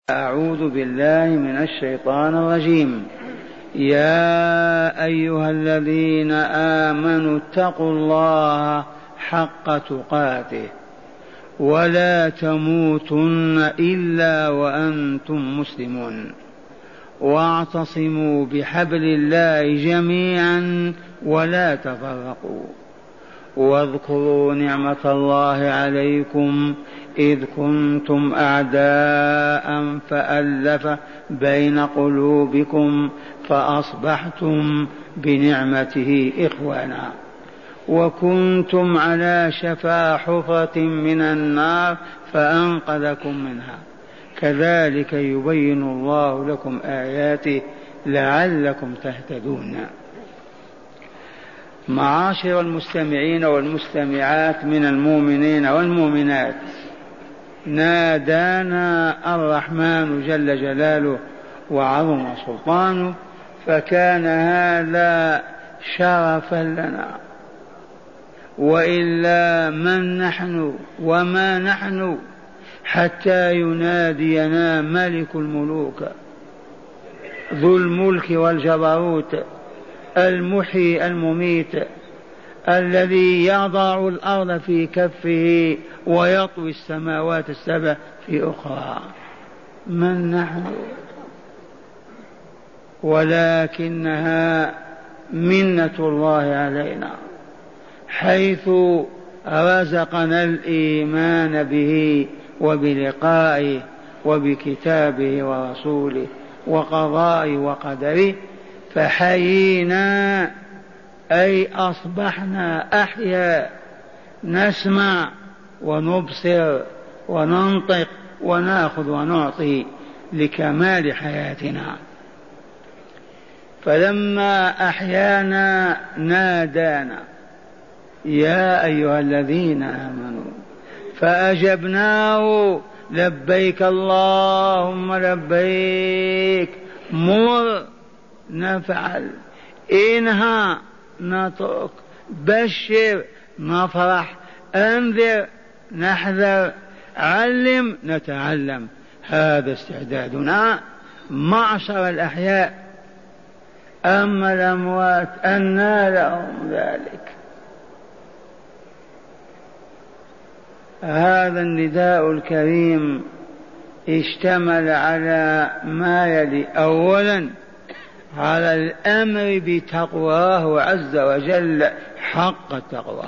أعوذ بالله من الشيطان الرجيم. يا أيها الذين آمنوا اتقوا الله حق تقاته ولا تموتن إلا وأنتم مسلمون واعتصموا بحبل الله جميعا ولا تفرقوا واذكروا نعمة الله عليكم إذ كنتم أعداء فألف بين قلوبكم فأصبحتم بنعمته إخوانا وكنتم على شفا حفرة من النار فأنقذكم منها كذلك يبين الله لكم آياته لعلكم تهتدون. معاشر المستمعين والمستمعات من المؤمنين والمؤمنات، نادانا الرحمن جل جلاله وعظم سلطانه، فكان هذا شرفا لنا، وإلا من نحن وما نحن حتى ينادينا ملك الملوك ذو الملك والجبروت المحيي المميت الذي يضع الأرض في كفه ويطوي السماوات السبع في أخرى. من نحن؟ ولكنها منة الله علينا حيث رزقنا الإيمان به وبلقائه وبكتابه ورسوله وقضائه وقدره، فحيينا أي أصبحنا أحياء نسمع ونبصر وننطق ونأخذ ونعطي لكمال حياتنا. فلما أحيانا نادانا يا أيها الذين آمنوا فأجبناه لبيك اللهم لبيك، مر نفعل، انهى نترك، بشر نفرح، انذر نحذر، علم نتعلم. هذا استعدادنا معشر الأحياء. أما الأموات أنى لهم ذلك؟ هذا النداء الكريم اشتمل على ما يلي: أولا على الأمر بتقواه عز وجل حق التقوى،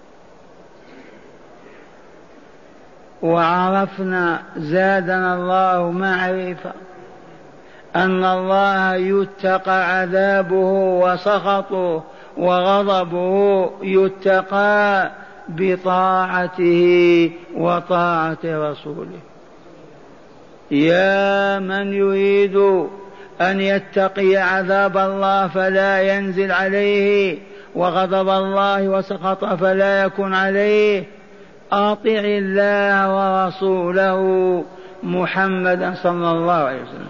وعرفنا زادنا الله معرفة أن الله يتقى عذابه وسخطه وغضبه، يتقى بطاعته وطاعة رسوله. يا من يريد أن يتقي عذاب الله فلا ينزل عليه، وغضب الله وسخط فلا يكن عليه، أطع الله ورسوله محمدا صلى الله عليه وسلم.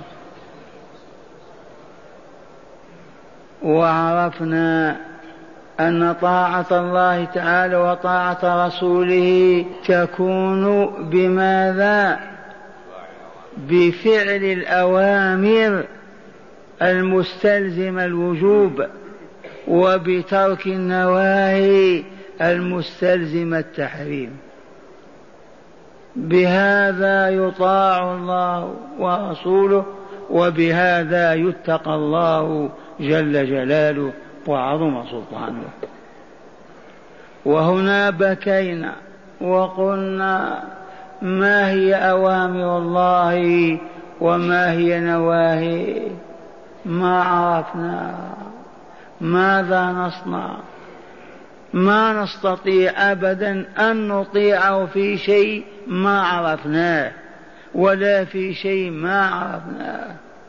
وعرفنا أن طاعة الله تعالى وطاعة رسوله تكون بماذا؟ بفعل الأوامر المستلزم الوجوب، وبترك النواهي المستلزم التحريم. بهذا يطاع الله ورسوله، وبهذا يتقى الله جل جلاله وعظم سلطانه. وهنا بكينا وقلنا: ما هي أوامر الله وما هي نواهيه؟ ما عرفنا ماذا نصنع. ما نستطيع أبدا أن نطيعه في شيء ما عرفناه، ولا في شيء ما عرفناه.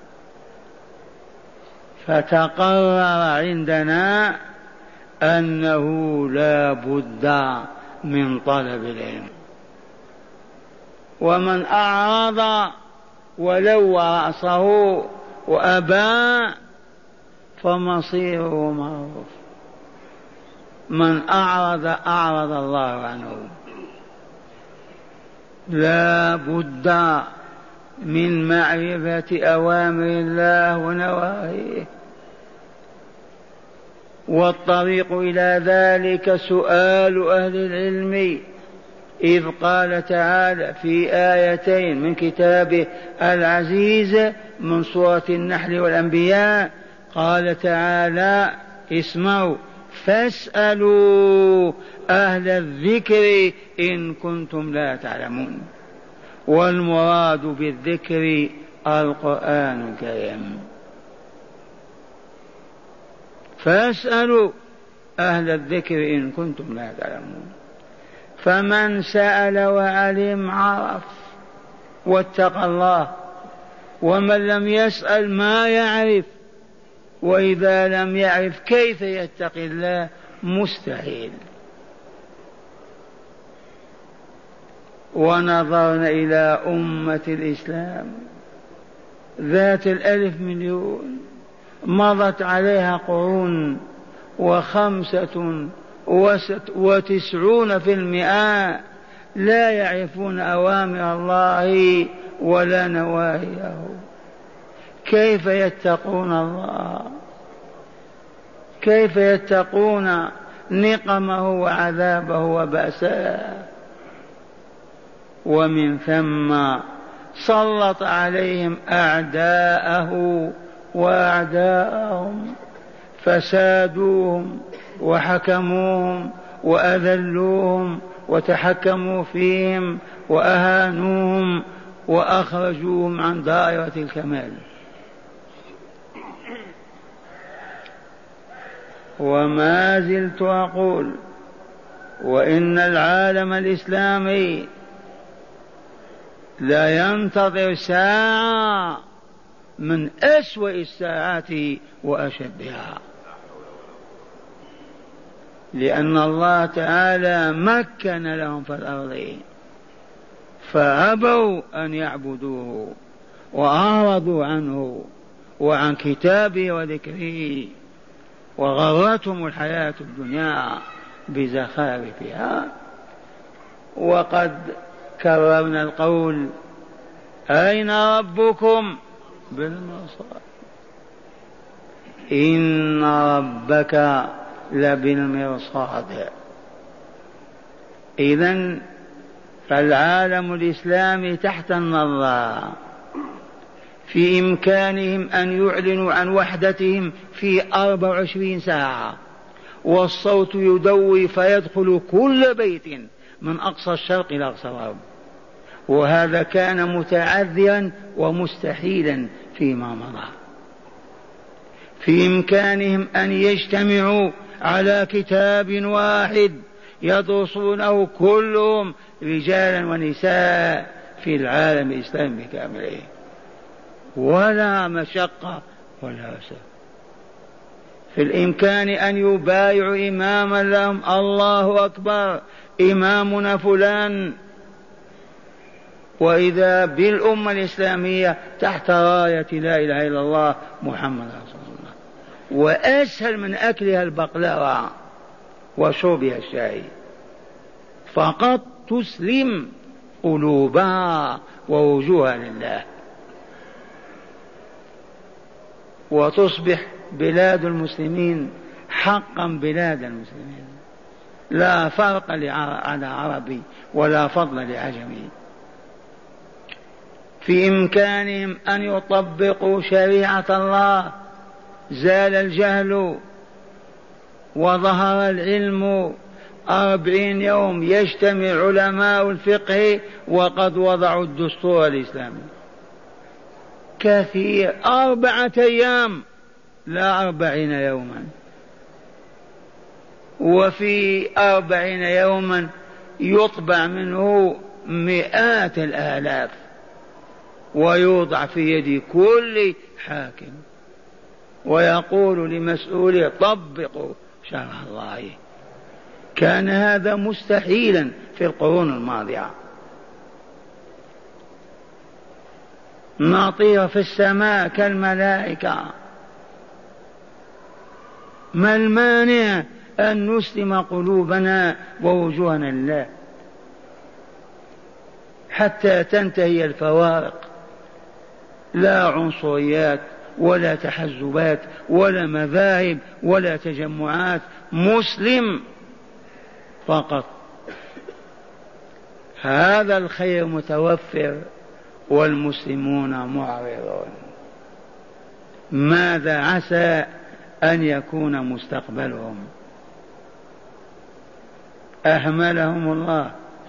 فتقرر عندنا أنه لا بد من طلب العلم. ومن أعرض ولو رأسه وأبى فمصيره معروف. من أعرض الله عنه. لا بد من معرفة أوامر الله ونواهيه. والطريق إلى ذلك سؤال أهل العلم، إذ قال تعالى في آيتين من كتابه العزيز من سورة النحل والأنبياء، قال تعالى اسمعوا فاسألوا أهل الذكر إن كنتم لا تعلمون. والمراد بالذكر القرآن الكريم. فاسألوا أهل الذكر إن كنتم لا تعلمون. فمن سأل وعلم عرف واتقى الله، ومن لم يسأل ما يعرف، وإذا لم يعرف كيف يتقي الله؟ مستحيل. ونظرنا إلى أمة الإسلام ذات 1,000 مليون، مضت عليها قرون 95% لا يعرفون أوامر الله ولا نواهيه. كيف يتقون الله؟ كيف يتقون نقمه وعذابه وبأسه؟ ومن ثم سلط عليهم أعداءه وأعداءهم فسادوهم وحكموهم وأذلوهم وتحكموا فيهم وأهانوهم وأخرجوهم عن دائرة الكمال. وما زلت أقول وإن العالم الإسلامي لا ينتظر ساعة من أسوأ الساعات وأشدها، لأن الله تعالى مكن لهم في الأرض فأبوا أن يعبدوه وأعرضوا عنه وعن كتابه وذكره، وغرتهم الحياة الدنيا بزخارفها. وقد كررنا القول أين ربكم بالمرصاد؟ إن ربك لبالمرصاد. إذن فالعالم الإسلامي تحت النظر، في إمكانهم أن يعلنوا عن وحدتهم في 24 ساعة، والصوت يدوي فيدخل كل بيت من أقصى الشرق إلى أقصى الغرب، وهذا كان متعذرا ومستحيلا فيما مضى. في إمكانهم أن يجتمعوا على كتاب واحد يدرسونه كلهم رجالا ونساء في العالم الإسلامي بكامله، ولا مشقة ولا وسع. في الإمكان أن يبايعوا إماما لهم، الله أكبر إمامنا فلان، وإذا بالأمة الإسلامية تحت راية لا إله إلا الله محمد رسول الله. وأسهل من أكلها البقلاوة وشربها الشاي، فقط تسلم قلوبها ووجوهها لله، وتصبح بلاد المسلمين حقا بلاد المسلمين، لا فرق على عربي ولا فضل لعجمي. في إمكانهم أن يطبقوا شريعة الله، زال الجهل وظهر العلم. 40 يوم يجتمع علماء الفقه وقد وضعوا الدستور الإسلامي كثير، 4 أيام لا 40 يوما، وفي 40 يوما يطبع منه 100 الآلاف ويوضع في يد كل حاكم ويقول لمسؤوله طبقوا شرع الله. كان هذا مستحيلا في القرون الماضية. نطير في السماء كالملائكة، ما المانع أن نسلم قلوبنا ووجوهنا لله حتى تنتهي الفوارق لا عنصريات ولا تحزبات ولا مذاهب ولا تجمعات، مسلم فقط. هذا الخير متوفر والمسلمون معرضون. ماذا عسى أن يكون مستقبلهم؟ أهملهم الله.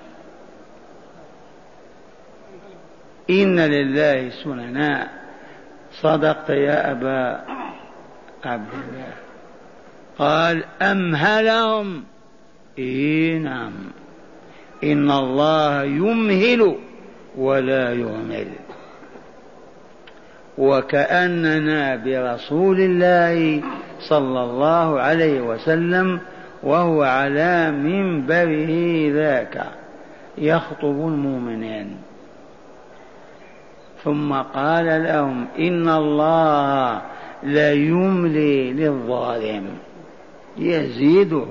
إن لله سننا. صدقت يا أبا عبد الله. قال أمهلهم. نعم، إن الله يمهل ولا يهمل. وكأننا برسول الله صلى الله عليه وسلم وهو على منبره ذاك يخطب المؤمنين، ثم قال لهم إن الله لا يملي للظالم يزيده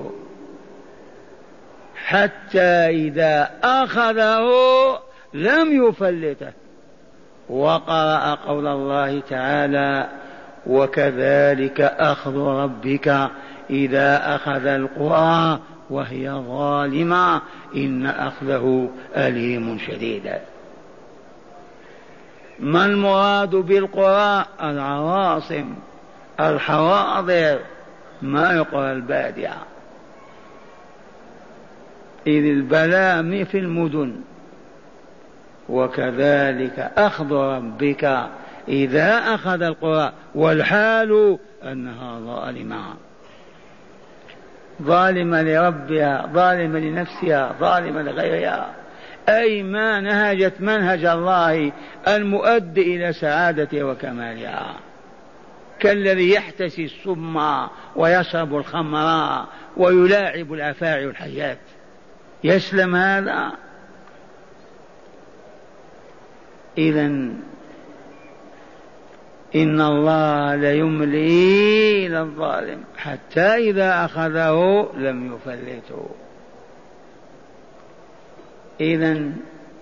حتى إذا أخذه لم يفلته. وقرأ قول الله تعالى وكذلك أخذ ربك إذا أخذ القرى وهي ظالمة إن أخذه أليم شديد. ما المراد بالقرى؟ العواصم الحواضر، ما يقرأ البادية، إذ البلاء في المدن. وكذلك أخذ ربك إذا أخذ القرى والحال أنها ظالمة، ظالمة لربها، ظالمة لنفسها، ظالمة لغيرها، أي ما نهجت منهج الله المؤدي إلى سعادتها وكمالها. كالذي يحتسي السم ويشرب الخمر ويلاعب الأفاعي والحيات، يسلم هذا؟ إذن إن الله ليملي للظالم حتى إذا أخذه لم يفلته. إذن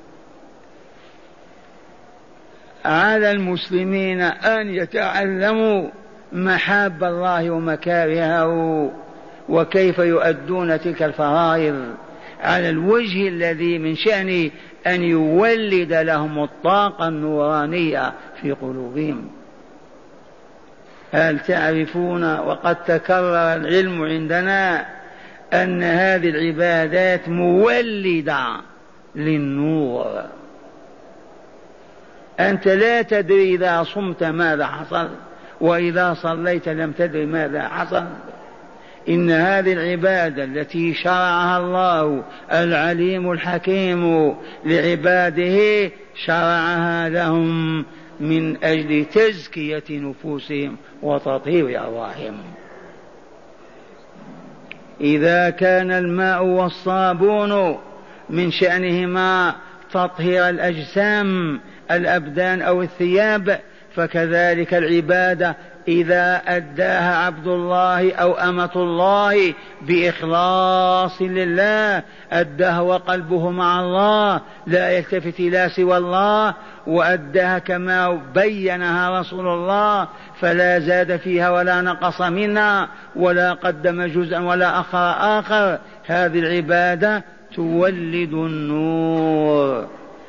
على المسلمين أن يتعلموا محاب الله ومكارهه وكيف يؤدون تلك الفرائض على الوجه الذي من شأنه أن يولد لهم الطاقة النورانية في قلوبهم. هل تعرفون وقد تكرر العلم عندنا أن هذه العبادات مولدة للنور. أنت لا تدري إذا صمت ماذا حصل، وإذا صليت لم تدري ماذا حصل. إن هذه العبادة التي شرعها الله العليم الحكيم لعباده شرعها لهم من أجل تزكية نفوسهم وتطهير أرواحهم. إذا كان الماء والصابون من شأنهما تطهير الأجسام الأبدان أو الثياب، فكذلك العبادة إذا أداها عبد الله أو أمة الله بإخلاص لله، أداها وقلبه مع الله لا يلتفت إلى سوى الله، وأداها كما بينها رسول الله فلا زاد فيها ولا نقص منها ولا قدم جزءا ولا أخر آخر، هذه العبادة تولد النور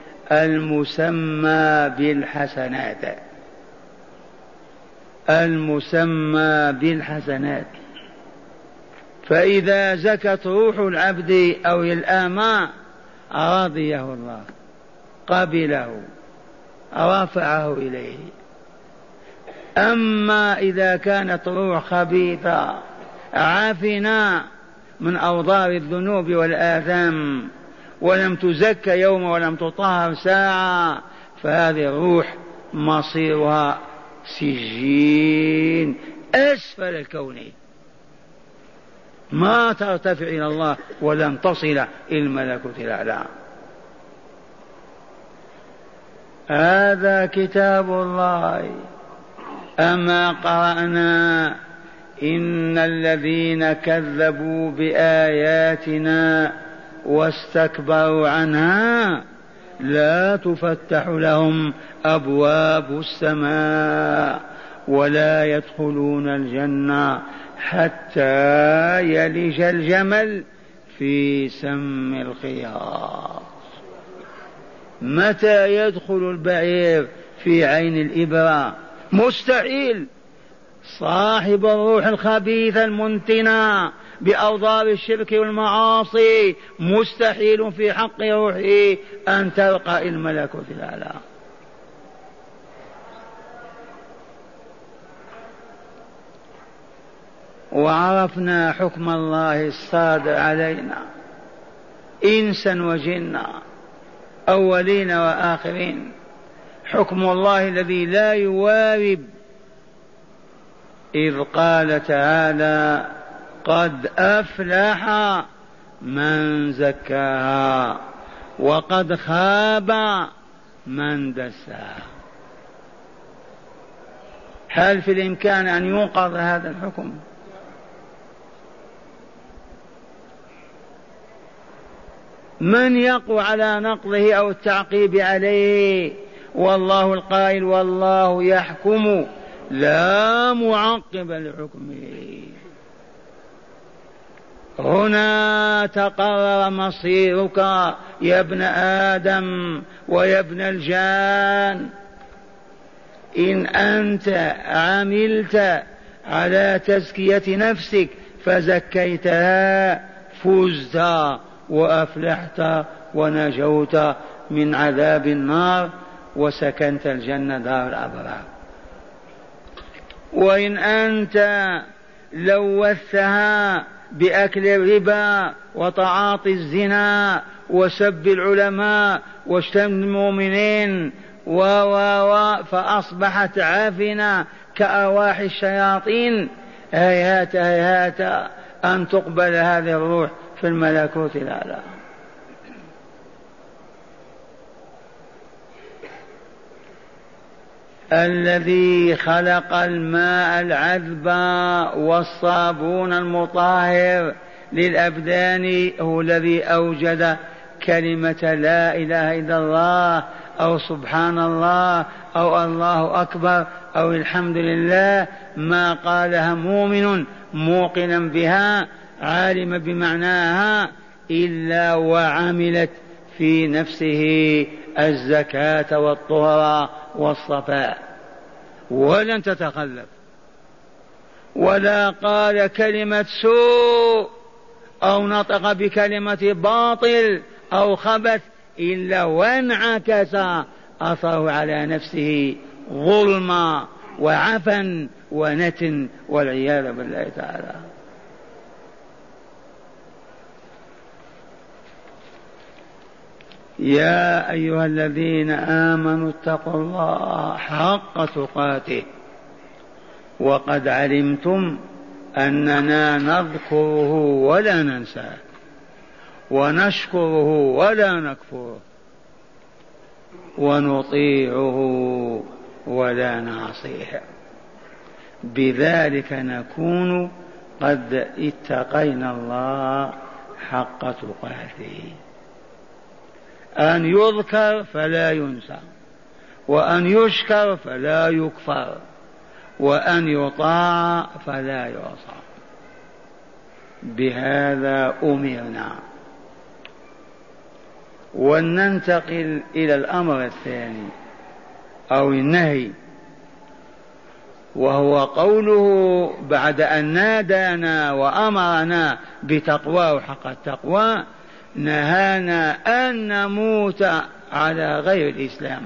المسمى بالحسنات، المسمى بالحسنات. فإذا زكت روح العبد أو الآماء رضيه الله، قبله، رفعه إليه. أما إذا كانت روح خبيثة عافنا من أوضار الذنوب والآثام ولم تزك يوم ولم تطهر ساعة، فهذه الروح مصيرها سجين أسفل الكون، ما ترتفع إلى الله ولن تصل إلى الملكوت الأعلى. هذا كتاب الله. أما قرأنا إن الذين كذبوا بآياتنا واستكبروا عنها لا تفتح لهم أبواب السماء ولا يدخلون الجنة حتى يلج الجمل في سم الخياط. متى يدخل البعير في عين الإبرة؟ مستحيل. صاحب الروح الخبيثة المنتنة بأوضار الشرك والمعاصي مستحيل في حق روحه أن ترقى الملكوت الأعلى. وعرفنا حكم الله الصادر علينا إنسا وجنا أولين وآخرين، حكم الله الذي لا يوارب، إذ قال تعالى قد أفلح من زكاها وقد خاب من دساها. هل في الإمكان أن ينقض هذا الحكم؟ من يقوى على نقضه أو التعقيب عليه؟ والله القائل والله يحكم لا معقب لحكمه. هنا تقرر مصيرك يا ابن آدم ويا ابن الجان. إن أنت عملت على تزكية نفسك فزكيتها فزت وأفلحت ونجوت من عذاب النار وسكنت الجنة دار الأبرار. وإن أنت لوثتها بأكل الربا وتعاطي الزنا وسب العلماء وشتم المؤمنين فأصبحت عافنة كأرواح الشياطين، هيهات هيهات أن تقبل هذه الروح في الملكوت الأعلى. الذي خلق الماء العذب والصابون المطهر للأبدان هو الذي أوجد كلمة لا إله إلا الله أو سبحان الله أو الله أكبر أو الحمد لله، ما قالها مؤمن موقنا بها عالم بمعناها إلا وعملت في نفسه الزكاة والطهر والصفاء ولن تتخلف. ولا قال كلمة سوء أو نطق بكلمة باطل أو خبث إلا وانعكس أثره على نفسه ظلما وعفا ونتن والعياذ بالله تعالى. يا أيها الذين آمنوا اتقوا الله حق تقاته وقد علمتم أننا نذكره ولا ننساه ونشكره ولا نكفره ونطيعه ولا نعصيه، بذلك نكون قد اتقينا الله حق تقاته. أن يذكر فلا ينسى، وأن يشكر فلا يكفر، وأن يطاع فلا يعصى. بهذا أمرنا. وننتقل إلى الأمر الثاني أو النهي، وهو قوله بعد أن نادانا وأمرنا بتقواه حق التقوى نهانا أن نموت على غير الإسلام،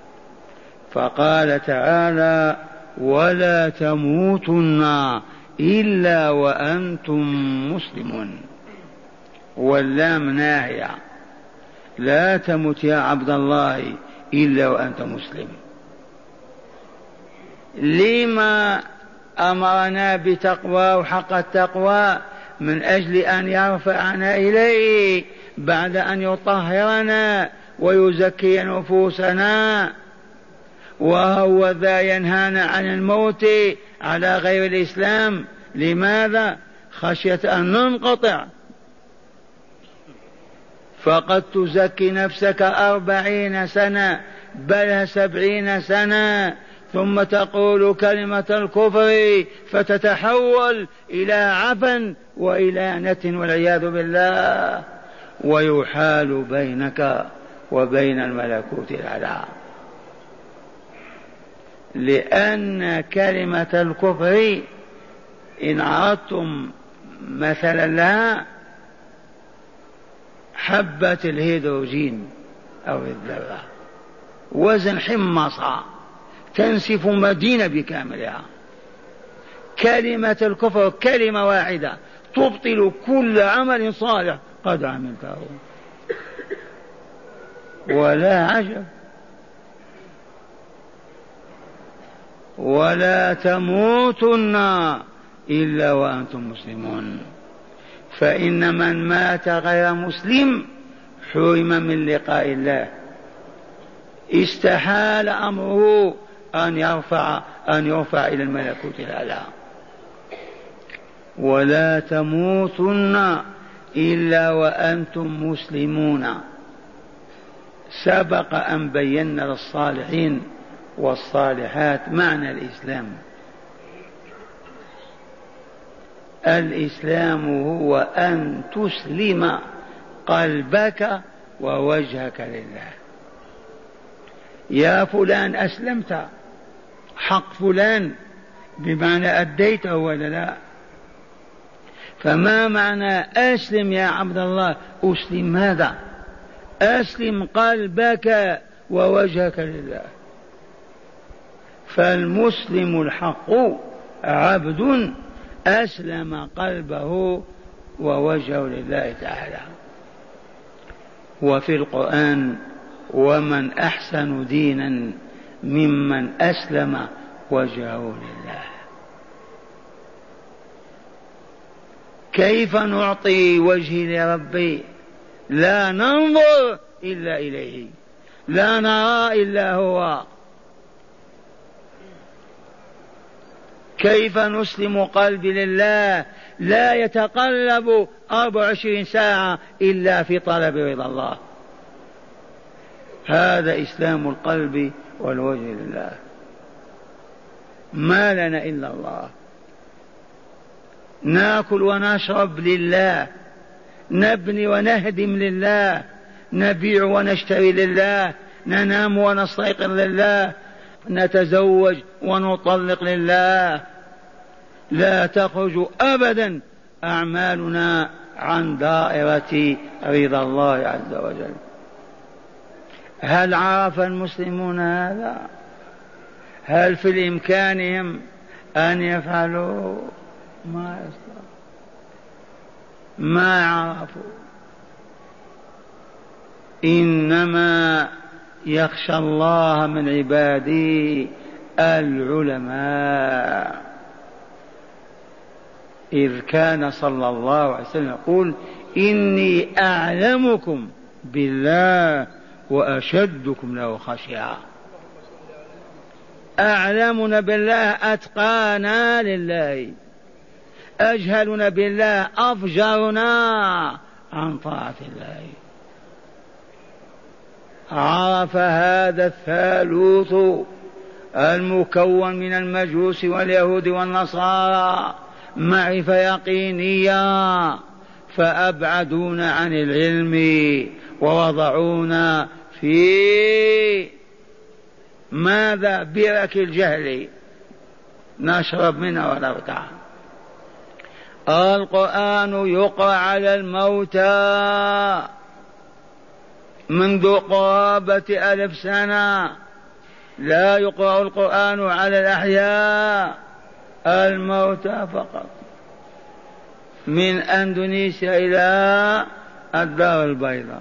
فقال تعالى ولا تموتن إلا وأنتم مسلمون، واللام ناهية، لا تمت يا عبد الله إلا وأنت مسلم. لما أمرنا بتقواه حق التقوى؟ من أجل أن يرفعنا إليه بعد أن يطهرنا ويزكي نفوسنا، وهو ذا ينهانا عن الموت على غير الإسلام. لماذا؟ خشية أن ننقطع. فقد تزكي نفسك 40 سنة بل 70 سنة، ثم تقول كلمة الكفر فتتحول إلى عفن وإلى نت والعياذ بالله، ويحال بينك وبين الملكوت الأعلى. لأن كلمة الكفر إن عرضتم مثلا لها حبة الهيدروجين أو الذرة وزن حمصة تنسف مدينة بكاملها. كلمة الكفر كلمة واحدة تبطل كل عمل صالح قد عملته. ولا عجب. ولا تموتن إلا وأنتم مسلمون، فإن من مات غير مسلم حرم من لقاء الله، استحال أمره أن يرفع إلى الملكوت الأعلى. ولا تموتن إلا وأنتم مسلمون. سبق أن بينا للصالحين والصالحات معنى الإسلام. الإسلام هو أن تسلم قلبك ووجهك لله. يا فلان أسلمت، حق فلان بمعنى أديته ولا لا؟ فما معنى أسلم يا عبد الله؟ أسلم ماذا؟ أسلم قلبك ووجهك لله. فالمسلم الحق عبد أسلم قلبه ووجهه لله تعالى. وفي القرآن ومن أحسن دينا ممن أسلم وجهه لله. كيف نعطي وجهي لربي؟ لا ننظر إلا إليه، لا نرى إلا هو. كيف نسلم قلبي لله؟ لا يتقلب 24 ساعة إلا في طلب رضا الله. هذا إسلام القلب والوجه لله. ما لنا إلا الله. ناكل ونشرب لله، نبني ونهدم لله، نبيع ونشتري لله، ننام ونستيقظ لله، نتزوج ونطلق لله. لا تخرج أبدا أعمالنا عن دائرة رضا الله عز وجل. هل عرف المسلمون هذا؟ هل في الإمكانهم أن يفعلوا؟ ما يستطيعون، ما عرفوا. إنما يخشى الله من عباده العلماء. إذ كان صلى الله عليه وسلم يقول إني أعلمكم بالله وأشدكم له خشية. أعلمنا بالله أتقانا لله، أجهلنا بالله أفجرنا عن طاعة الله. عرف هذا الثالوث المكون من المجوس واليهود والنصارى معرفة يقينية، فأبعدونا عن العلم ووضعونا في ماذا؟ برك الجهل نشرب منه ونرتع. القرآن يقرأ على الموتى منذ قرابة 1000 سنة، لا يقرأ القرآن على الأحياء، الموتى فقط، من أندونيسيا إلى الدار البيضاء.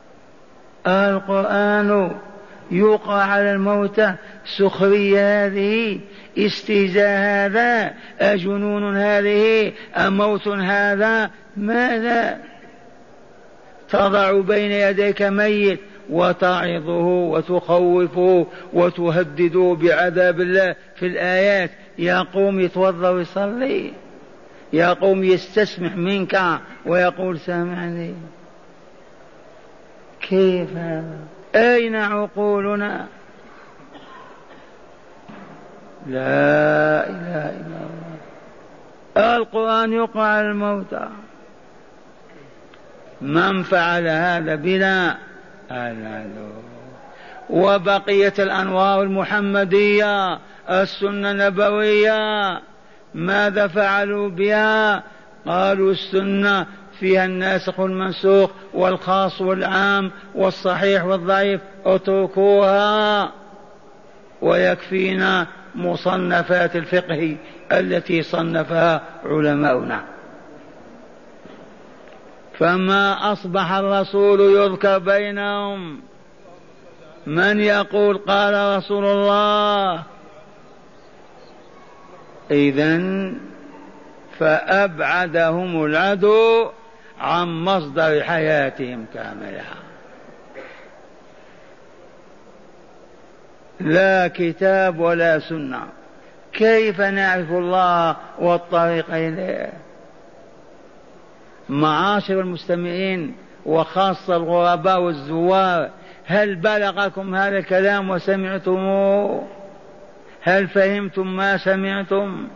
القرآن يقرأ على الموتى. سخرية هذه؟ استهزاء هذا؟ أجنون هذه؟ أموت هذا؟ ماذا؟ تضع بين يديك ميت وتعظه وتخوفه وتهدده بعذاب الله في الآيات، يقوم يتوضا ويصلي، يقوم يستسمح منك ويقول سامحني. كيف هذا؟ أين عقولنا؟ لا إله إلا الله. القرآن يقرأ على الموتى. من فعل هذا بنا العدو. وبقية الأنوار المحمدية السنة النبوية ماذا فعلوا بها؟ قالوا السنة فيها الناسخ والمنسوخ والخاص والعام والصحيح والضعيف، اتركوها ويكفينا مصنفات الفقه التي صنفها علماؤنا. فما أصبح الرسول يذكر بينهم. من يقول قال رسول الله؟ إذن فأبعدهم العدو عن مصدر حياتهم كاملة. لا كتاب ولا سنة، كيف نعرف الله والطريق إليه؟ معاشر المستمعين وخاصة الغرباء والزوار، هل بلغكم هذا الكلام وسمعتموه؟ هل فهمتم ما سمعتم؟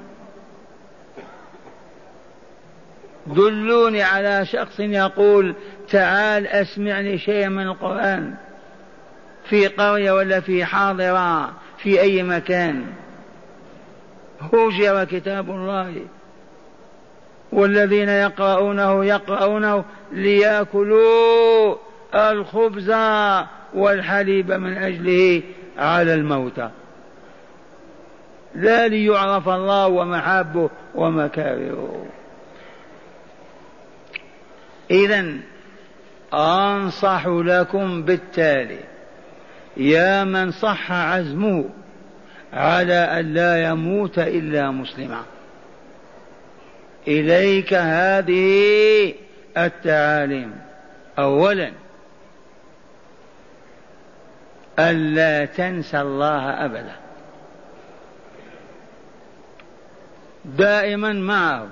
دلوني على شخص يقول تعال أسمعني شيئا من القرآن، في قرية ولا في حاضرة في أي مكان. هجر كتاب الله، والذين يقرؤونه ليأكلوا الخبز والحليب من أجله على الموتى، لا ليعرف الله ومحابه ومكارهه. إذن أنصح لكم بالتالي يا من صح عزمه على أن لا يموت إلا مسلما، إليك هذه التعاليم. أولا ألا تنسى الله أبدا، دائما معه.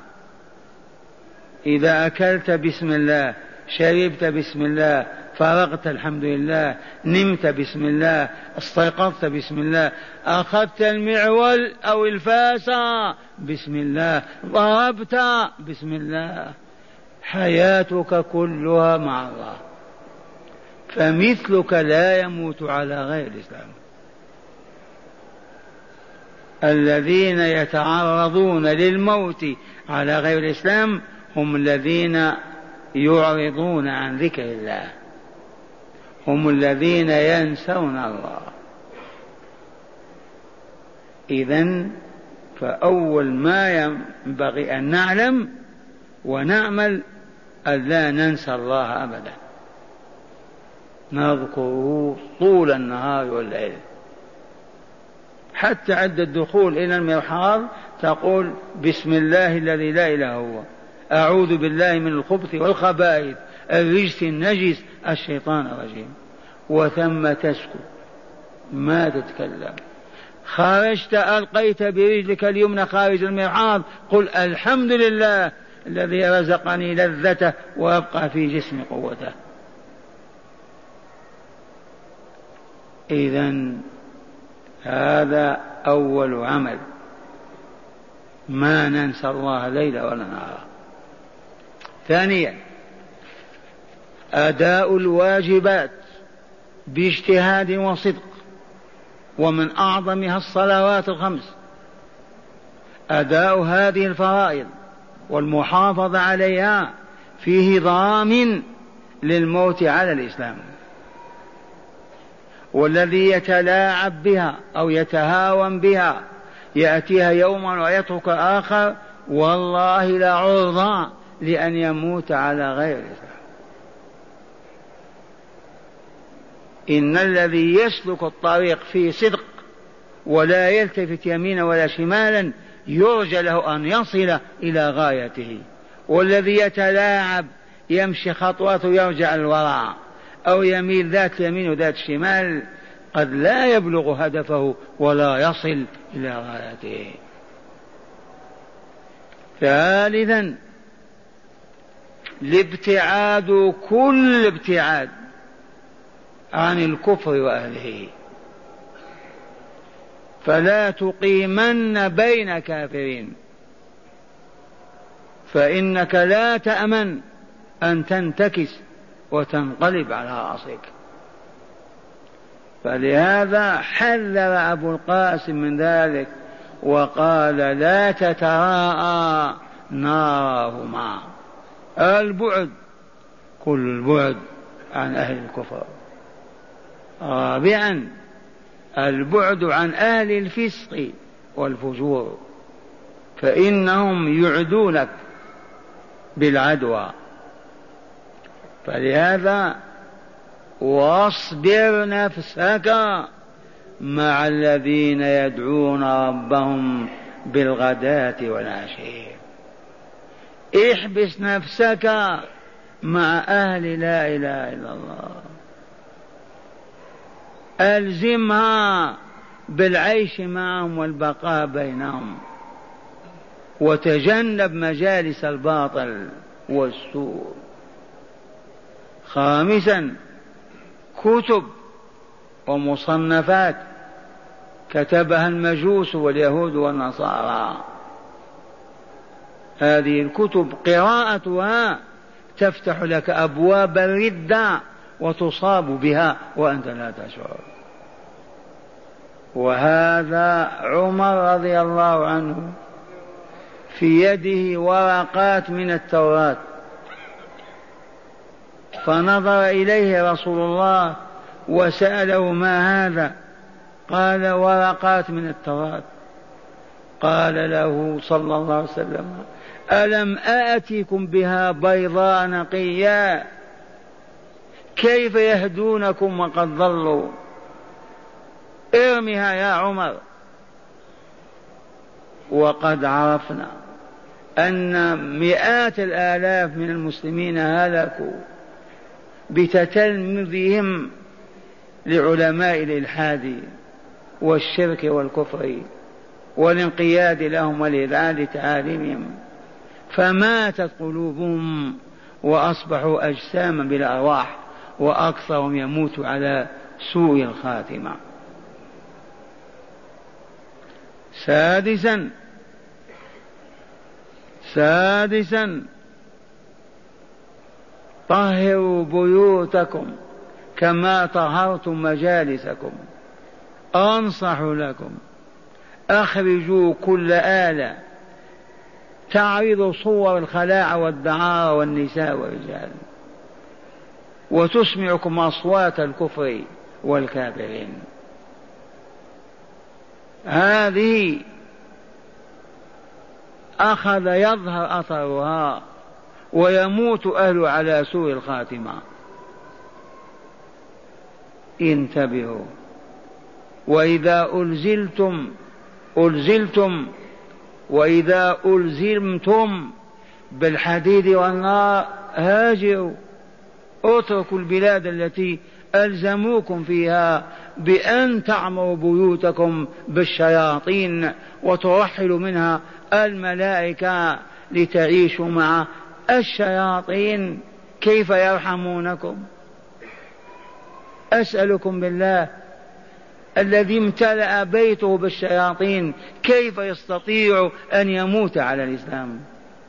إذا أكلت بسم الله، شربت بسم الله، فرغت الحمد لله، نمت بسم الله، استيقظت بسم الله، أخذت المعول أو الفاسة بسم الله، ضربت بسم الله، حياتك كلها مع الله. فمثلك لا يموت على غير الإسلام. الذين يتعرضون للموت على غير الإسلام هم الذين يعرضون عن ذكر الله، هم الذين ينسون الله. إذن فأول ما ينبغي أن نعلم ونعمل أن لا ننسى الله أبدا، نذكره طول النهار والليل. حتى عند الدخول إلى المرحاض تقول بسم الله الذي لا إله هو، أعوذ بالله من الخبث والخبائث الرجس النجس الشيطان الرجيم، وثم تسكت ما تتكلم. خرجت ألقيت برجلك اليمنى خارج المرحاض قل الحمد لله الذي رزقني لذته وأبقى في جسمي قوته. إذن هذا أول عمل، ما ننسى الله ليلا ولا نهارا. ثانيا أداء الواجبات باجتهاد وصدق، ومن أعظمها الصلوات الخمس. أداء هذه الفرائض والمحافظة عليها فيه ضامن للموت على الإسلام. والذي يتلاعب بها أو يتهاون بها يأتيها يوما ويترك آخر، والله لعرضة لأن يموت على غير الإسلام. إن الذي يسلك الطريق في صدق ولا يلتفت يمينا ولا شمالا يرجى له أن يصل إلى غايته، والذي يتلاعب يمشي خطوات يرجع الوراء أو يميل ذات يمين وذات شمال قد لا يبلغ هدفه ولا يصل إلى غايته. ثالثا الابتعاد كل ابتعاد عن الكفر وأهله. فلا تقيمن بين كافرين، فإنك لا تأمن أن تنتكس وتنقلب على رأسك. فلهذا حذر أبو القاسم من ذلك وقال لا تتراءى نارهما. البعد كل البعد عن أهل الكفر. رابعا البعد عن أهل الفسق والفجور، فإنهم يعدونك بالعدوى. فلهذا واصبر نفسك مع الذين يدعون ربهم بالغداة والعشي. احبس نفسك مع أهل لا إله إلا الله، ألزمها بالعيش معهم والبقاء بينهم، وتجنب مجالس الباطل والسوء. خامسا كتب ومصنفات كتبها المجوس واليهود والنصارى. هذه الكتب قراءتها تفتح لك أبواب الردة وتصاب بها وأنت لا تشعر. وهذا عمر رضي الله عنه في يده ورقات من التوراة، فنظر إليه رسول الله وسأله ما هذا؟ قال ورقات من التوراة. قال له صلى الله عليه وسلم ألم آتيكم بها بيضاء نقيا؟ كيف يهدونكم وقد ضلوا؟ ارمها يا عمر. وقد عرفنا أن مئات الآلاف من المسلمين هلكوا بتتلمذهم لعلماء الإلحاد والشرك والكفر والانقياد لهم والإذعان لتعاليمهم، فماتت قلوبهم وأصبحوا أجساما بالأرواح، وأكثرهم يموت على سوء الخاتمة. سادسا طهروا بيوتكم كما طهرتم مجالسكم. أنصح لكم أخرجوا كل آلة تعرض صور الخلاعة والدعارة والنساء والرجال وتسمعكم أصوات الكفر والكافرين. هذه أخذ يظهر أثرها ويموت أهل على سوء الخاتمة. انتبهوا. وإذا ألزلتم وإذا ألزمتم بالحديد والنار هاجروا، اتركوا البلاد التي ألزموكم فيها بأن تعمروا بيوتكم بالشياطين وترحلوا منها الملائكة لتعيشوا مع الشياطين. كيف يرحمونكم؟ أسألكم بالله الذي امتلأ بيته بالشياطين كيف يستطيع أن يموت على الإسلام؟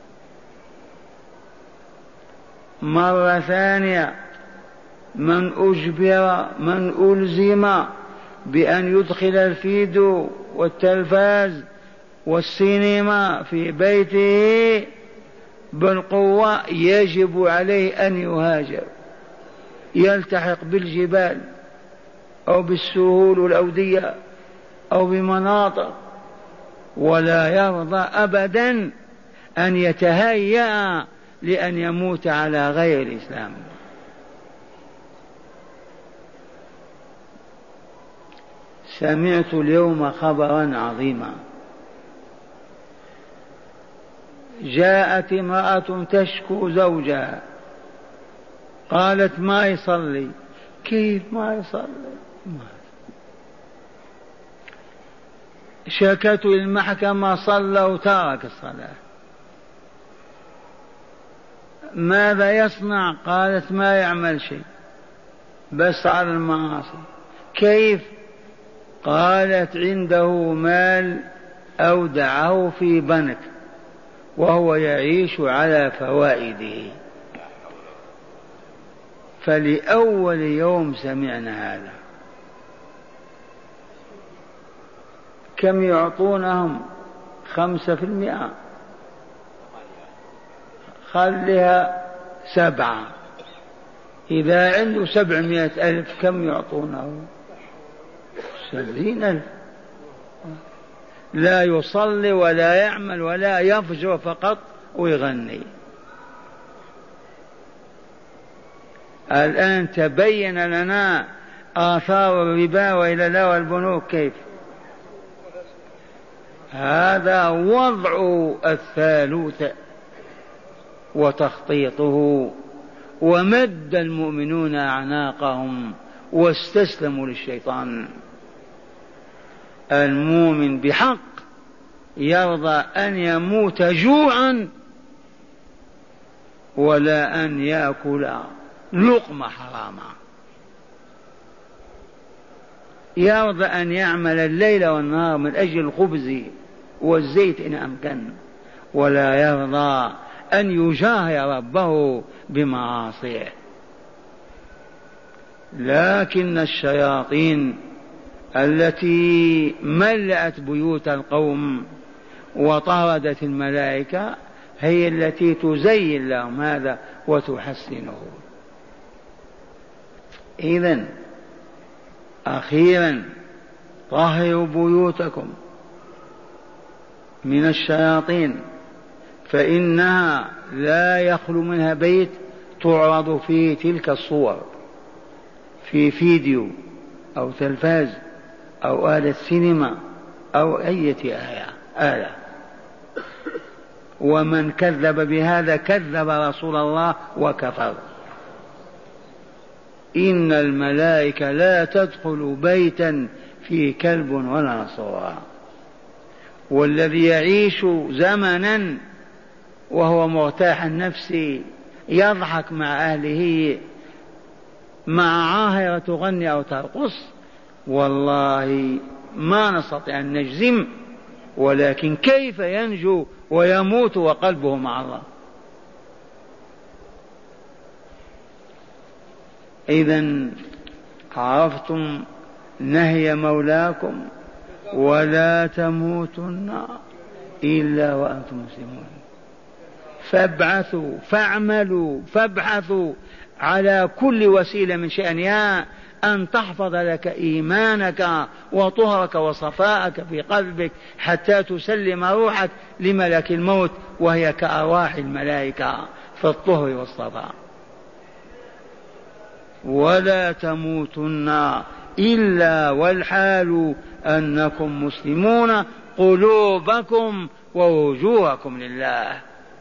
مرة ثانية من ألزم بأن يدخل الفيديو والتلفاز والسينما في بيته بالقوة يجب عليه أن يهاجر، يلتحق بالجبال أو بالسهول والأودية أو بمناطق، ولا يرضى أبدا أن يتهيأ لأن يموت على غير الإسلام. سمعت اليوم خبرا عظيما. جاءت امرأة تشكو زوجها، قالت ما يصلي. كيف ما يصلي؟ شكت المحكمة صلى وترك الصلاة. ماذا يصنع؟ قالت ما يعمل شيء، بس على المعاصي. كيف؟ قالت عنده مال أودعه في بنك وهو يعيش على فوائده. فلأول يوم سمعنا هذا. كم يعطونهم؟ 5%، خليها 7. إذا عنده 700,000 كم يعطونه؟ 70,000. لا يصلي ولا يعمل ولا يفجر، فقط ويغني. الآن تبين لنا آثار الربا وإلى لا والبنوك كيف. هذا وضع الثالوث وتخطيطه، ومد المؤمنون أعناقهم واستسلموا للشيطان. المؤمن بحق يرضى أن يموت جوعا ولا أن يأكل لقمة حراما، يرضى أن يعمل الليل والنهار من أجل الخبز والزيت إن أمكن، ولا يرضى أن يجاهر ربه بمعاصيه. لكن الشياطين التي ملأت بيوت القوم وطردت الملائكة هي التي تزين لهم هذا وتحسنه. إذن أخيرا طهروا بيوتكم من الشياطين، فإنها لا يخلو منها بيت تعرض فيه تلك الصور في فيديو أو تلفاز أو آلة سينما أو أي آلة. ومن كذب بهذا كذب رسول الله وكفر. إن الملائكة لا تدخل بيتا فيه كلب ولا نصورا. والذي يعيش زمنا وهو مرتاح النفس يضحك مع أهله مع عاهرة تغني أو ترقص، والله ما نستطيع أن نجزم، ولكن كيف ينجو ويموت وقلبه مع الله؟ إذن عرفتم نهي مولاكم ولا تموتن إلا وأنتم مسلمون. فابعثوا فاعملوا فابحثوا على كل وسيلة من شأنها أن تحفظ لك إيمانك وطهرك وصفاءك في قلبك حتى تسلم روحك لملك الموت، وهي كأرواح الملائكة في الطهر والصفاء. ولا تموتن إلا والحال أنكم مسلمون قلوبكم ووجوهكم لله.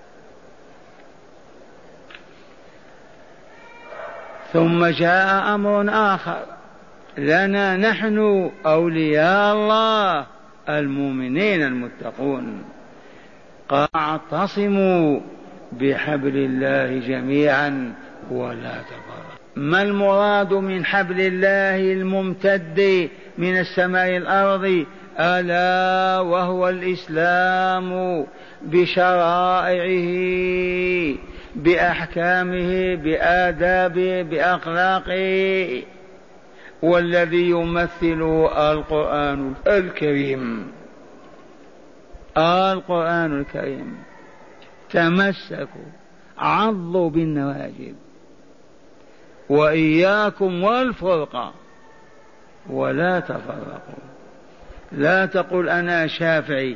ثم جاء أمر آخر لنا نحن أولياء الله المؤمنين المتقون. قال اعتصموا بحبل الله جميعا ولا تفرقوا. ما المراد من حبل الله الممتد من السماء إلى الأرض؟ ألا وهو الإسلام بشرائعه بأحكامه بآدابه بأخلاقه، والذي يمثله القرآن الكريم. القرآن الكريم. تمسكوا عضوا بالنواجذ، وإياكم والفرقة ولا تفرقوا. لا تقل أنا شافعي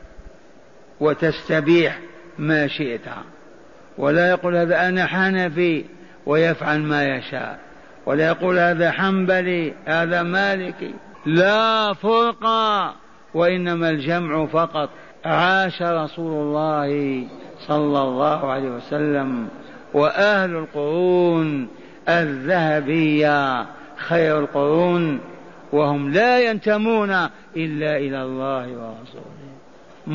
وتستبيح ما شئت، ولا يقول هذا أنا حنفي ويفعل ما يشاء، ولا يقول هذا حنبلي هذا مالكي. لا فرقة وإنما الجمع فقط. عاش رسول الله صلى الله عليه وسلم وأهل القرون الذهبية خير القرون وهم لا ينتمون إلا إلى الله ورسوله.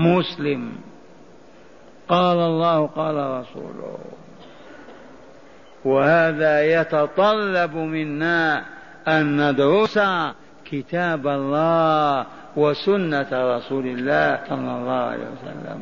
مسلم قال الله قال رسوله. وهذا يتطلب منا أن ندرس كتاب الله وسنة رسول الله صلى الله عليه وسلم،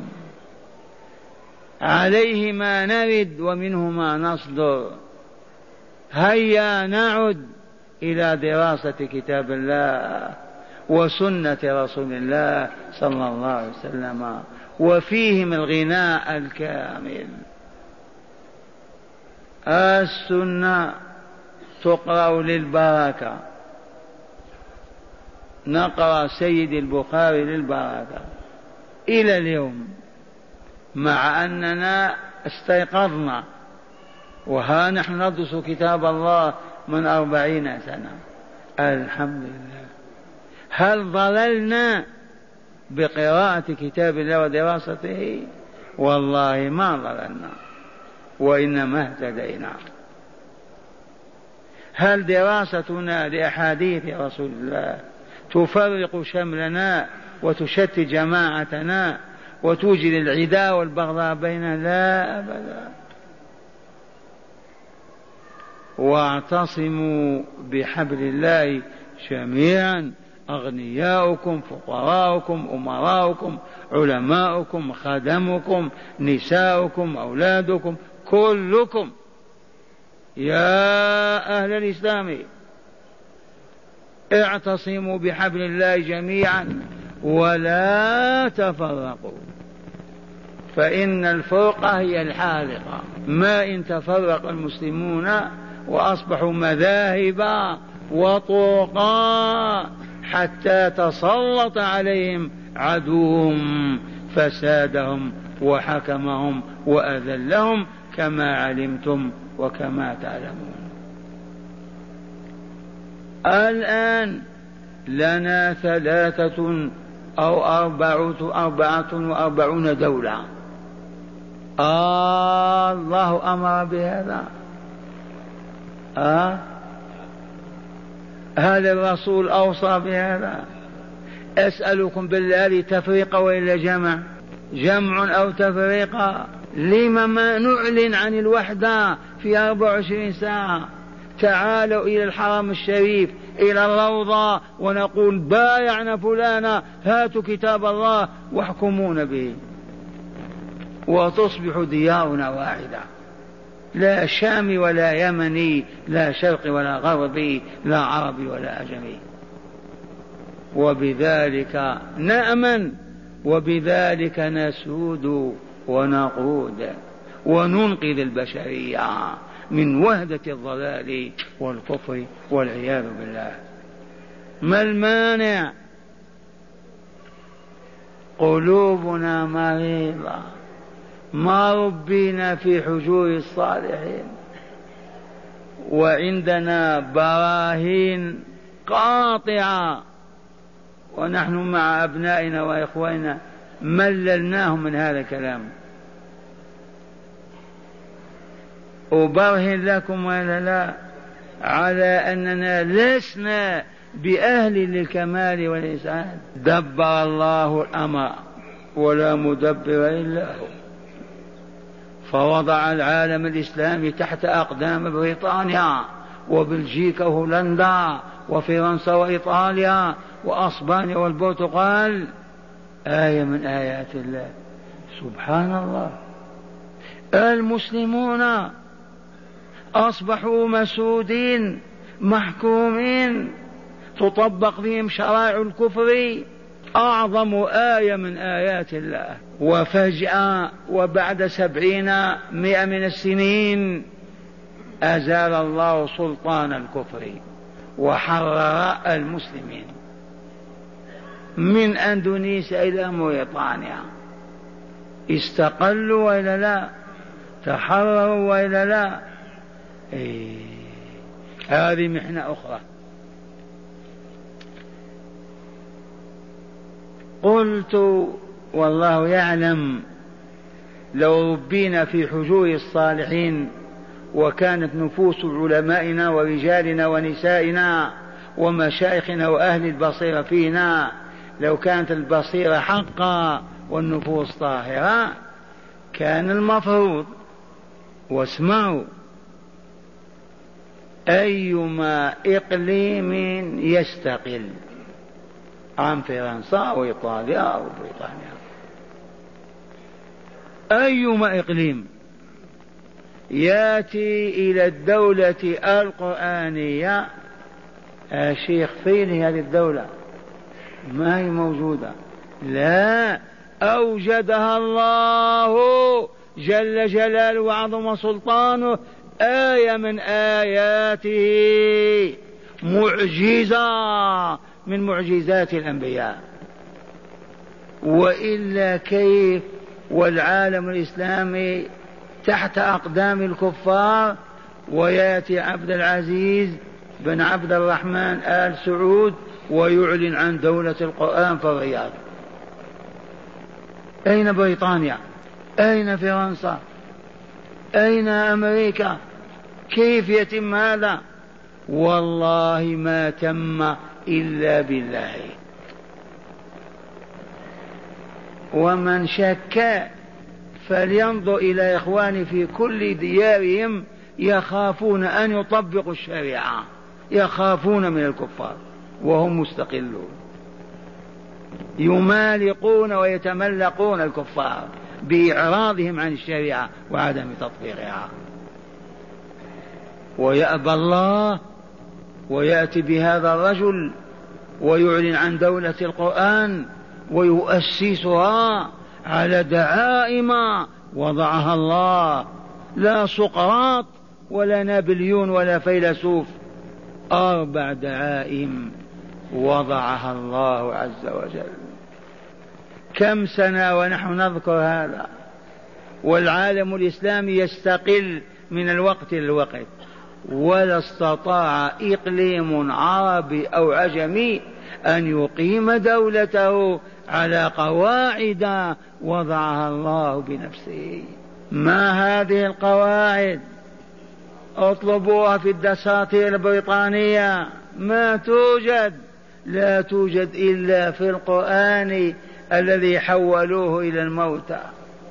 عليه ما نرد ومنه ما نصدر. هيا نعد إلى دراسة كتاب الله وسنة رسول الله صلى الله عليه وسلم، وفيهم الغناء الكامل. السنة تقرأ للبركة، نقرأ سيد البخاري للبركة إلى اليوم، مع أننا استيقظنا وها نحن ندرس كتاب الله من 40 سنة، الحمد لله. هل ضللنا بقراءة كتاب الله ودراسته؟ والله ما ضللنا، وإنما اهتدينا. هل دراستنا لأحاديث رسول الله تفرق شملنا وتشتت جماعتنا وتوجد العداء والبغضاء بيننا؟ لا أبدا. واعتصموا بحبل الله جميعا، أغنياؤكم فقراؤكم أمراؤكم علماؤكم خدمكم نساؤكم أولادكم كلكم يا أهل الإسلام اعتصموا بحبل الله جميعا ولا تفرقوا، فإن الفرقة هي الحالقة. ما إن تفرق المسلمون وأصبحوا مذاهب وطرقا حتى تسلط عليهم عدوهم فسادهم وحكمهم وأذلهم كما علمتم وكما تعلمون. الآن لنا 43 أو 44 دولة. الله أمر بهذا. هل الرسول أوصى بهذا؟ أسألكم بالله تفريق وإلا جمع؟ جمع أو تفريق؟ لما ما نعلن عن الوحدة في 24 ساعة؟ تعالوا إلى الحرم الشريف إلى الروضة ونقول بايعنا فلانا، هاتوا كتاب الله واحكمون به، وتصبح ديارنا واحدة، لا شامي ولا يمني، لا شرقي ولا غربي، لا عربي ولا أجمي. وبذلك نأمن، وبذلك نسود ونقود وننقذ البشرية من وهدة الضلال والكفر والعياذ بالله. ما المانع؟ قلوبنا مريضة، ما ربينا في حجور الصالحين، وعندنا براهين قاطعة، ونحن مع أبنائنا وإخواننا مللناهم من هذا الكلام. أبرهن لكم ولا لا على أننا لسنا بأهل للكمال والإسعاد. دبر الله الأمر ولا مدبر إلا هو، فوضع العالم الإسلامي تحت أقدام بريطانيا وبلجيكا وهولندا وفرنسا وإيطاليا وأسبانيا والبرتغال. آية من آيات الله، سبحان الله. المسلمون أصبحوا مسودين محكومين، تطبق فيهم شرائع الكفر، أعظم آية من آيات الله. وفجأة وبعد 70 من السنين أزال الله سلطان الكفر وحرر المسلمين من أندونيسيا إلى موريطانيا. استقلوا وإلا لا؟ تحرروا وإلا لا؟ هذه محنة أخرى. قلت والله يعلم لو ربينا في حجور الصالحين وكانت نفوس علمائنا ورجالنا ونسائنا ومشايخنا وأهل البصيرة فينا، لو كانت البصيرة حقا والنفوس طاهرة، كان المفروض، واسمعوا، أيما إقليم يستقل عن فرنسا وإيطاليا وبريطانيا، أيما إقليم يأتي إلى الدولة القرآنية، شيخ فين هذه الدولة؟ ما هي موجودة، لا، أوجدها الله جل جلاله وعظم سلطانه، آية من آياته، معجزة من معجزات الأنبياء. وإلا كيف والعالم الإسلامي تحت أقدام الكفار، ويأتي عبد العزيز بن عبد الرحمن آل سعود ويعلن عن دولة القرآن في الرياض؟ أين بريطانيا؟ أين فرنسا؟ أين أمريكا؟ كيف يتم هذا؟ والله ما تم إلا بالله. ومن شك فلينظر إلى إخواني في كل ديارهم يخافون أن يطبقوا الشريعة، يخافون من الكفار وهم مستقلون، يمالقون ويتملقون الكفار بإعراضهم عن الشريعة وعدم تطبيقها. ويأبى الله ويأتي بهذا الرجل ويعلن عن دولة القرآن ويؤسسها على دعائم وضعها الله، لا سقراط ولا نابليون ولا فيلسوف، 4 دعائم وضعها الله عز وجل. كم سنة ونحن نذكر هذا، والعالم الإسلامي يستقل من الوقت للوقت، ولا استطاع إقليم عربي أو عجمي أن يقيم دولته على قواعد وضعها الله بنفسه. ما هذه القواعد؟ اطلبوها في الدساتير البريطانية، ما توجد، لا توجد إلا في القرآن الذي حولوه إلى الموتى.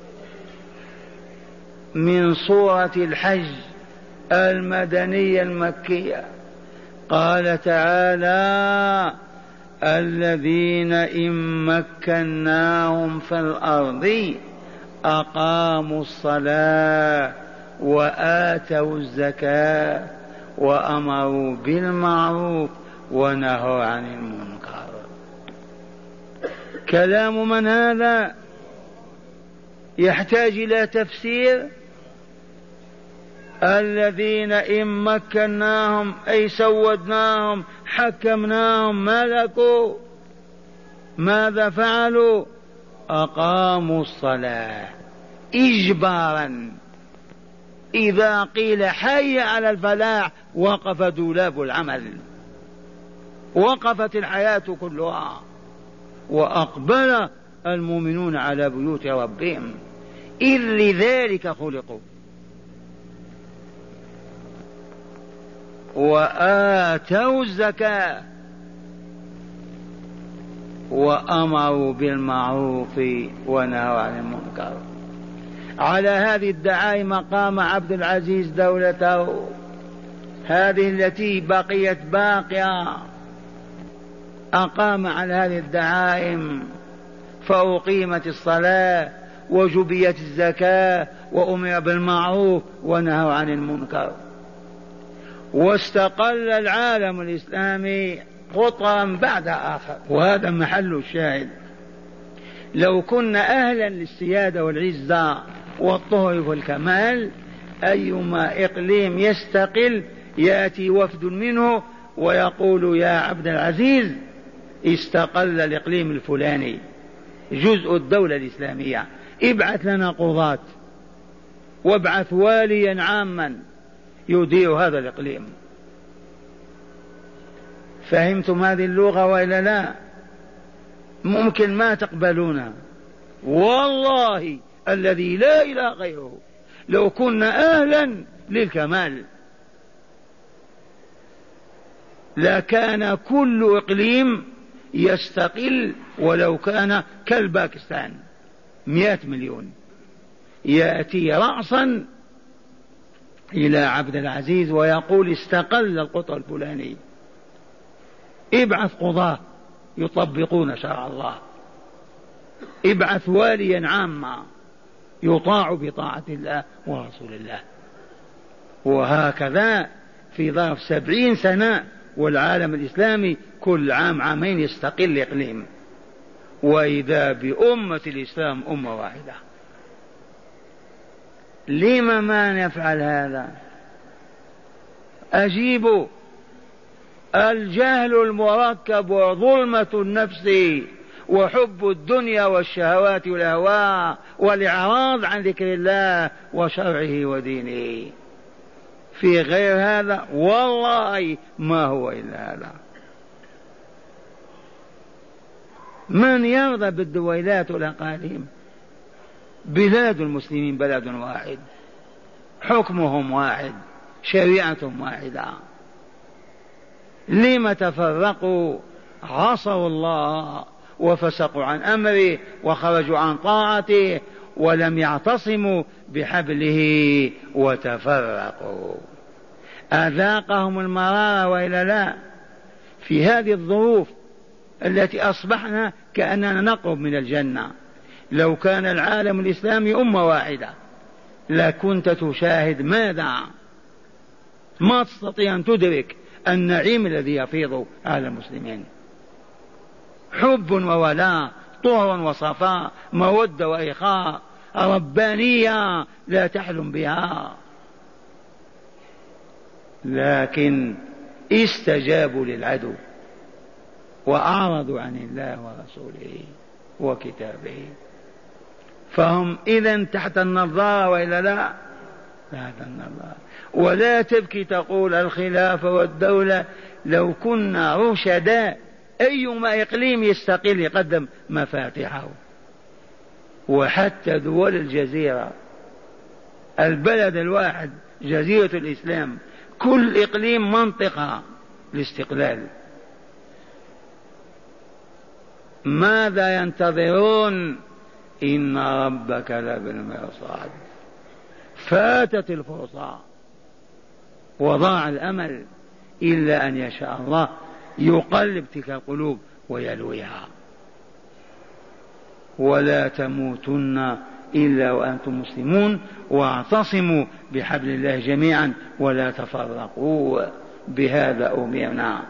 من سورة الحج المدنية المكية قال تعالى: الذين إن مكناهم في الأرض أقاموا الصلاة وآتوا الزكاة وأمروا بالمعروف ونهوا عن المنكر. كلام من هذا؟ يحتاج إلى تفسير. الذين إن مكناهم أي سودناهم حكمناهم ملكوا، ماذا فعلوا؟ أقاموا الصلاة إجبارا. إذا قيل حي على الفلاح وقف دولاب العمل، وقفت الحياة كلها، وأقبل المؤمنون على بيوت ربهم، إذ لذلك خلقوا. وآتوا الزكاة وأمروا بالمعروف ونهوا عن المنكر. على هذه الدعائم قام عبد العزيز دولته، هذه التي بقيت باقية، أقام على هذه الدعائم، فأقيمت الصلاة وجبيت الزكاة وأمر بالمعروف ونهوا عن المنكر، واستقل العالم الإسلامي قطرا بعد آخر. وهذا محل الشاهد. لو كنا أهلا للسيادة والعزة والطهر والكمال، أيما إقليم يستقل يأتي وفد منه ويقول: يا عبد العزيز استقل الإقليم الفلاني جزء الدولة الإسلامية، ابعث لنا قضاة وابعث واليا عاما يدير هذا الإقليم. فهمتم هذه اللغة وإلا لا؟ ممكن ما تقبلونها، والله الذي لا إله غيره لو كنا أهلا للكمال لكان كل إقليم يستقل، ولو كان كالباكستان 100 مليون، يأتي رأسا إلى عبد العزيز ويقول استقل القطر الفلاني، ابعث قضاة يطبقون شرع الله، ابعث واليا عاما يطاع بطاعة الله ورسول الله. وهكذا في ظرف 70 سنة والعالم الإسلامي كل عام عامين يستقل إقليم، وإذا بأمة الإسلام أمة واحدة. لما ما نفعل هذا؟ أجيبوا. الجهل المركب وظلمة النفس وحب الدنيا والشهوات والأهواء والإعراض عن ذكر الله وشرعه ودينه. في غير هذا والله ما هو إلا هذا. من يرضى بالدويلات والأقاليم؟ بلاد المسلمين بلد واحد، حكمهم واحد، شريعتهم واحدة. لم تفرقوا؟ عصوا الله وفسقوا عن أمره وخرجوا عن طاعته ولم يعتصموا بحبله وتفرقوا. أذاقهم المرارة وإلا لا؟ في هذه الظروف التي أصبحنا كأننا نقرب من الجنة. لو كان العالم الإسلامي أمة واحدة لكنت تشاهد ماذا؟ ما تستطيع أن تدرك النعيم الذي يفيض على المسلمين. حب وولاء، طهر وصفاء، مودة وإخاء، ربانية لا تحلم بها. لكن استجابوا للعدو وأعرضوا عن الله ورسوله وكتابه، فهم إذن تحت النظارة وإلا لا؟ تحت النظارة. ولا تبكي تقول الخلافة والدولة، لو كنا رشداء أيما إقليم يستقل يقدم مفاتيحه. وحتى دول الجزيرة، البلد الواحد جزيرة الإسلام، كل إقليم منطقة الاستقلال. ماذا ينتظرون؟ إن ربك لبالمرصاد. فاتت الفرصة وضاع الأمل، إلا أن يشاء الله يقلب تلك القلوب ويلويها. ولا تموتن إلا وأنتم مسلمون واعتصموا بحبل الله جميعا ولا تفرقوا. بهذا أمرنا،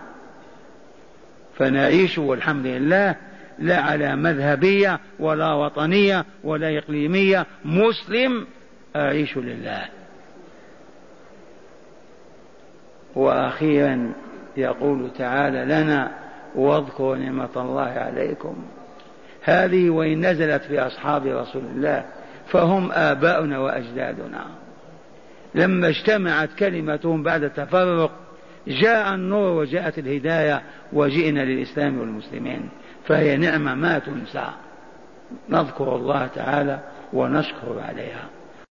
فنعيش والحمد لله لا على مذهبية ولا وطنية ولا إقليمية، مسلم أعيش لله. وأخيرا يقول تعالى لنا واذكروا نعمة الله عليكم. هذه وإن نزلت في أصحاب رسول الله فهم آباؤنا وأجدادنا، لما اجتمعت كلمتهم بعد التفرق جاء النور وجاءت الهداية وجئنا للإسلام والمسلمين، فهي نعمة ما تنسى. نذكر الله تعالى ونشكر عليها.